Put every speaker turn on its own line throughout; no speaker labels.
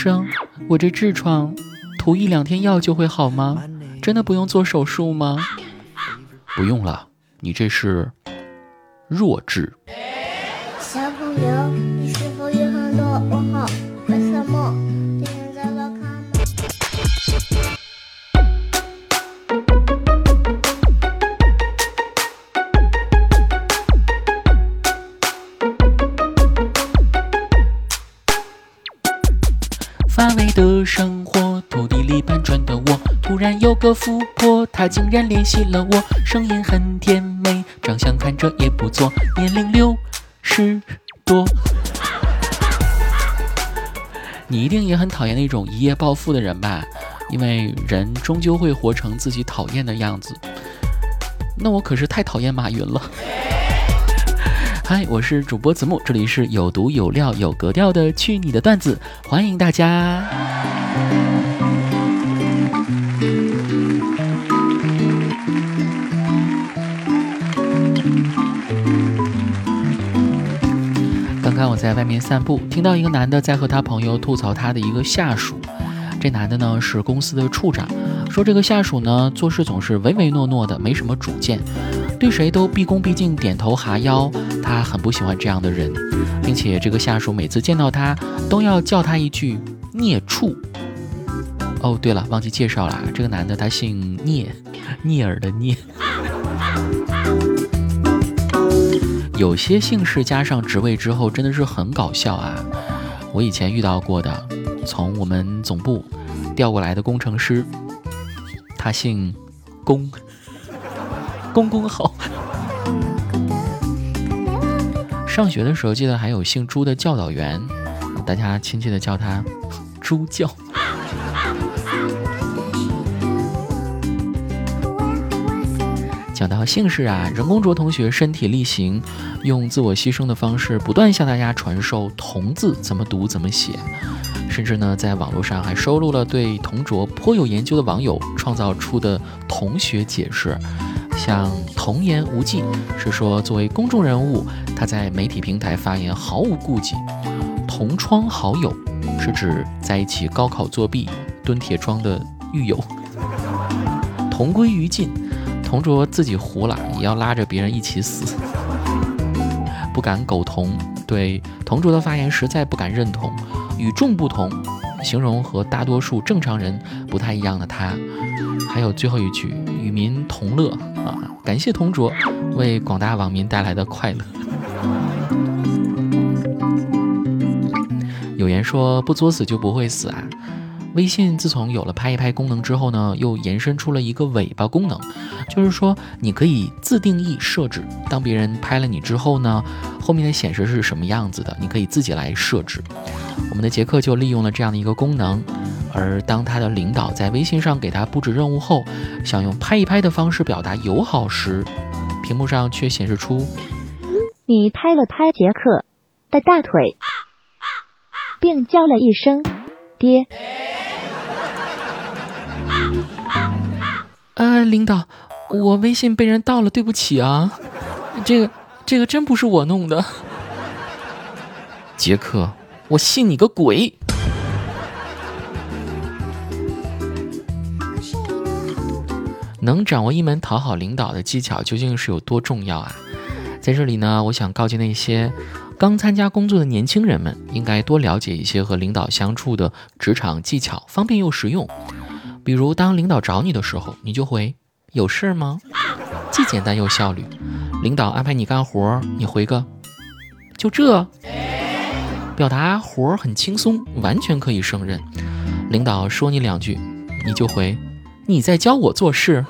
生，我这痔疮涂1-2天药就会好吗？真的不用做手术吗？不用了，你这是弱智。
小朋友，你是否有很多问号？为什么今天在乱看吗？
乏味的生活，土地里搬砖的我，突然有个富婆，她竟然联系了我，声音很甜美，长相看着也不错，年龄60多。你一定也很讨厌那种一夜暴富的人吧？因为人终究会活成自己讨厌的样子。那我可是太讨厌马云了。嗨，我是主播子木，这里是有毒有料有格调的去你的段子，欢迎大家。刚刚我在外面散步，听到一个男的在和他朋友吐槽他的一个下属。这男的呢是公司的处长，说这个下属呢做事总是唯唯诺诺的，没什么主见，对谁都毕恭毕敬点头哈腰，他很不喜欢这样的人，并且这个下属每次见到他都要叫他一句孽畜。哦对了，忘记介绍了，这个男的他姓聂，聂耳的聂。有些姓氏加上职位之后真的是很搞笑啊，我以前遇到过的，从我们总部调过来的工程师，他姓龚，公公好。上学的时候记得还有姓朱的教导员，大家亲切的叫他朱教。讲到姓氏啊，任公卓同学身体力行，用自我牺牲的方式不断向大家传授同字怎么读怎么写，甚至呢在网络上还收录了对同卓颇有研究的网友创造出的同学解释。像童言无忌是说作为公众人物，他在媒体平台发言毫无顾忌。同窗好友是指在一起高考作弊蹲铁窗的狱友。同归于尽，同卓自己胡了也要拉着别人一起死。不敢苟同，对同卓的发言实在不敢认同。与众不同，形容和大多数正常人不太一样的他。还有最后一句，与民同乐啊！感谢同卓为广大网民带来的快乐。有言说不作死就不会死啊。微信自从有了拍一拍功能之后呢，又延伸出了一个尾巴功能，就是说你可以自定义设置，当别人拍了你之后呢，后面的显示是什么样子的，你可以自己来设置。我们的杰克就利用了这样的一个功能，而当他的领导在微信上给他布置任务后，想用拍一拍的方式表达友好时，屏幕上却显示出
你拍了拍杰克的大腿，并叫了一声爹。
领导，我微信被人盗了，对不起啊，这个真不是我弄的。杰克，我信你个鬼！能掌握一门讨好领导的技巧究竟是有多重要啊？在这里呢，我想告诫那些刚参加工作的年轻人们，应该多了解一些和领导相处的职场技巧，方便又实用。比如当领导找你的时候，你就回有事吗？既简单又效率。领导安排你干活，你回个就这，表达活很轻松，完全可以胜任。领导说你2句，你就回你在教我做事。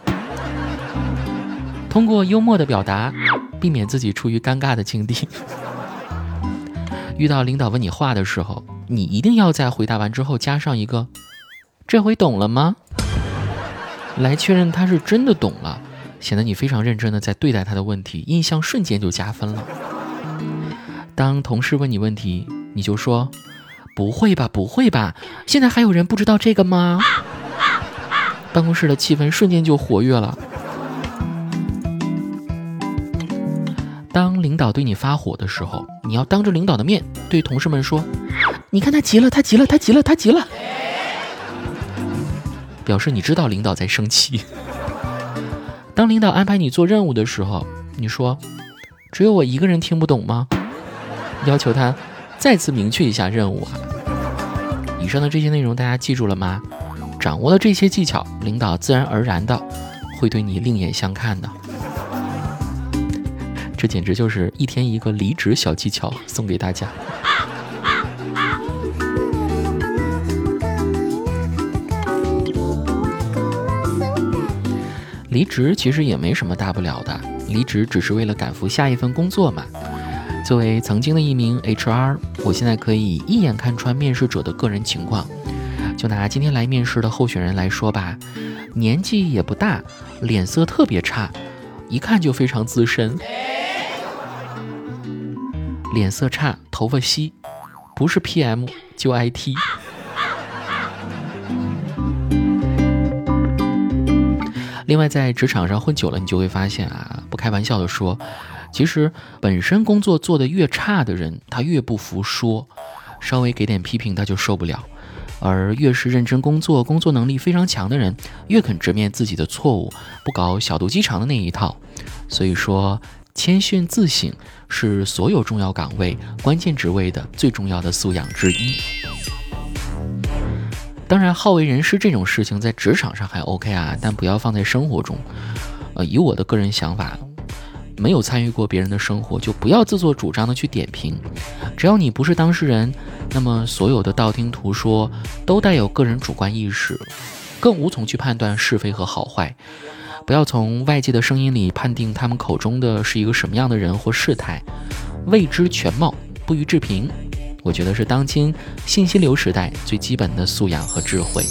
通过幽默的表达，避免自己处于尴尬的境地。遇到领导问你话的时候，你一定要在回答完之后加上一个这回懂了吗？来确认他是真的懂了，显得你非常认真的在对待他的问题，印象瞬间就加分了。当同事问你问题，你就说不会吧不会吧，现在还有人不知道这个吗？办公室的气氛瞬间就活跃了。当领导对你发火的时候，你要当着领导的面对同事们说你看他急了，表示你知道领导在生气。当领导安排你做任务的时候，你说只有我一个人听不懂吗？要求他再次明确一下任务啊。以上的这些内容大家记住了吗？掌握了这些技巧，领导自然而然的会对你另眼相看的。这简直就是一天一个离职小技巧送给大家。离职其实也没什么大不了的，离职只是为了赶赴下一份工作嘛。作为曾经的一名 HR， 我现在可以一眼看穿面试者的个人情况。就拿今天来面试的候选人来说吧，年纪也不大，脸色特别差，一看就非常资深。脸色差，头发稀，不是 PM 就 IT。另外在职场上混久了，你就会发现啊，不开玩笑的说，其实本身工作做得越差的人，他越不服说，稍微给点批评他就受不了，而越是认真工作能力非常强的人，越肯直面自己的错误，不搞小肚鸡肠的那一套。所以说谦逊自省是所有重要岗位关键职位的最重要的素养之一。当然好为人师这种事情在职场上还 OK 啊，但不要放在生活中。以我的个人想法，没有参与过别人的生活，就不要自作主张的去点评。只要你不是当事人，那么所有的道听途说都带有个人主观意识，更无从去判断是非和好坏。不要从外界的声音里判定他们口中的是一个什么样的人或事态，未知全貌，不予置评，我觉得是当今信息流时代最基本的素养和智慧。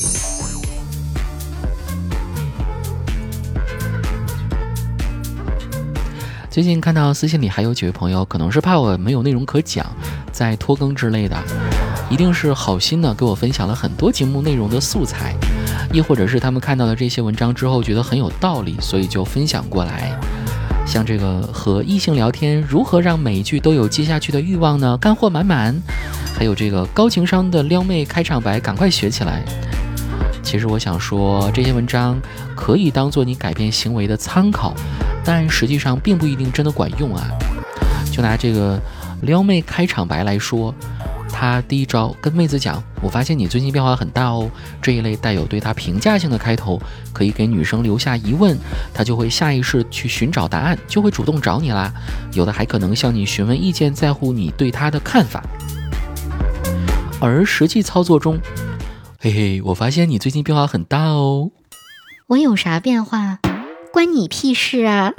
最近看到私信里还有几位朋友，可能是怕我没有内容可讲，在拖更之类的，一定是好心的给我分享了很多节目内容的素材，亦或者是他们看到了这些文章之后觉得很有道理，所以就分享过来。像这个和异性聊天如何让每一句都有接下去的欲望呢？干货满满。还有这个高情商的撩妹开场白，赶快学起来。其实我想说，这些文章可以当做你改变行为的参考，但实际上并不一定真的管用啊。就拿这个撩妹开场白来说，他第一招跟妹子讲，我发现你最近变化很大哦，这一类带有对他评价性的开头，可以给女生留下疑问，她就会下意识去寻找答案，就会主动找你啦。有的还可能向你询问意见，在乎你对她的看法。而实际操作中，嘿嘿，我发现你最近变化很大哦。
我有啥变化？关你屁事啊！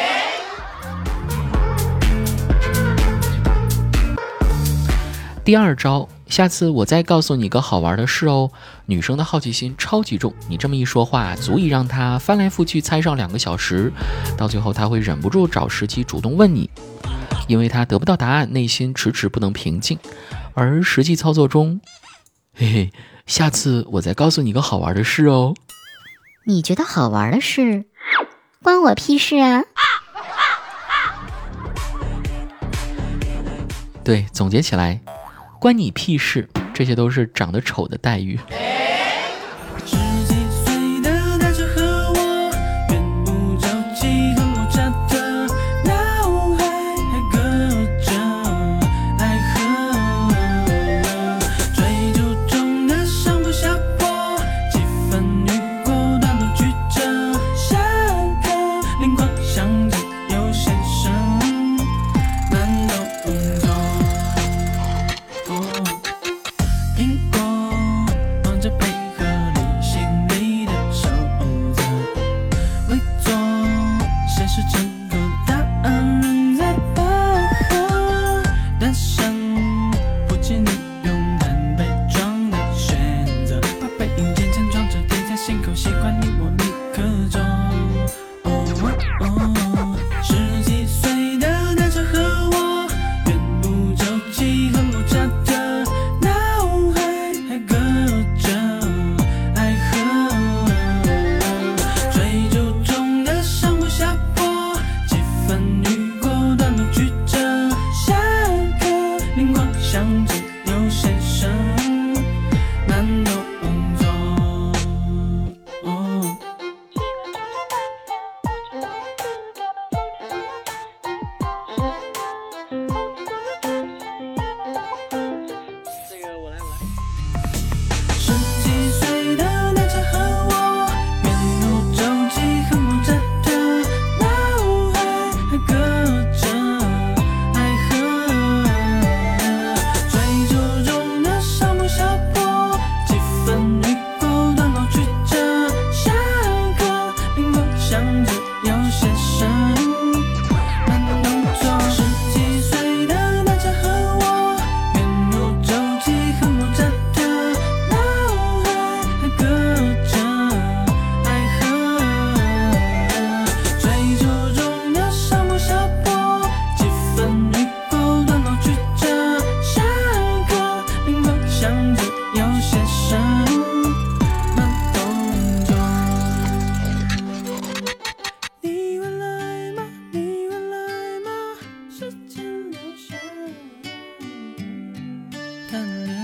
第二招，下次我再告诉你个好玩的事哦。女生的好奇心超级重，你这么一说话，足以让她翻来覆去猜上2个小时，到最后她会忍不住找时机主动问你，因为她得不到答案，内心迟迟不能平静。而实际操作中，嘿嘿，下次我再告诉你个好玩的事哦。
你觉得好玩的事，关我屁事啊！
对，总结起来，关你屁事，这些都是长得丑的待遇。
有些深，慢动作。17岁的那天和我，面如周记，很木扎的脑海，还隔着爱河。追逐中的上坡下坡，几分雨过断楼曲折，下课并不想着有些深，慢动作。17岁的那天和我，面如周记，很木扎的脑海，还隔着爱河。追逐中的上坡下坡，几分雨过断楼曲折，下课并不想着有些深，慢动作。你会来吗？你会来吗？时间留下，贪恋。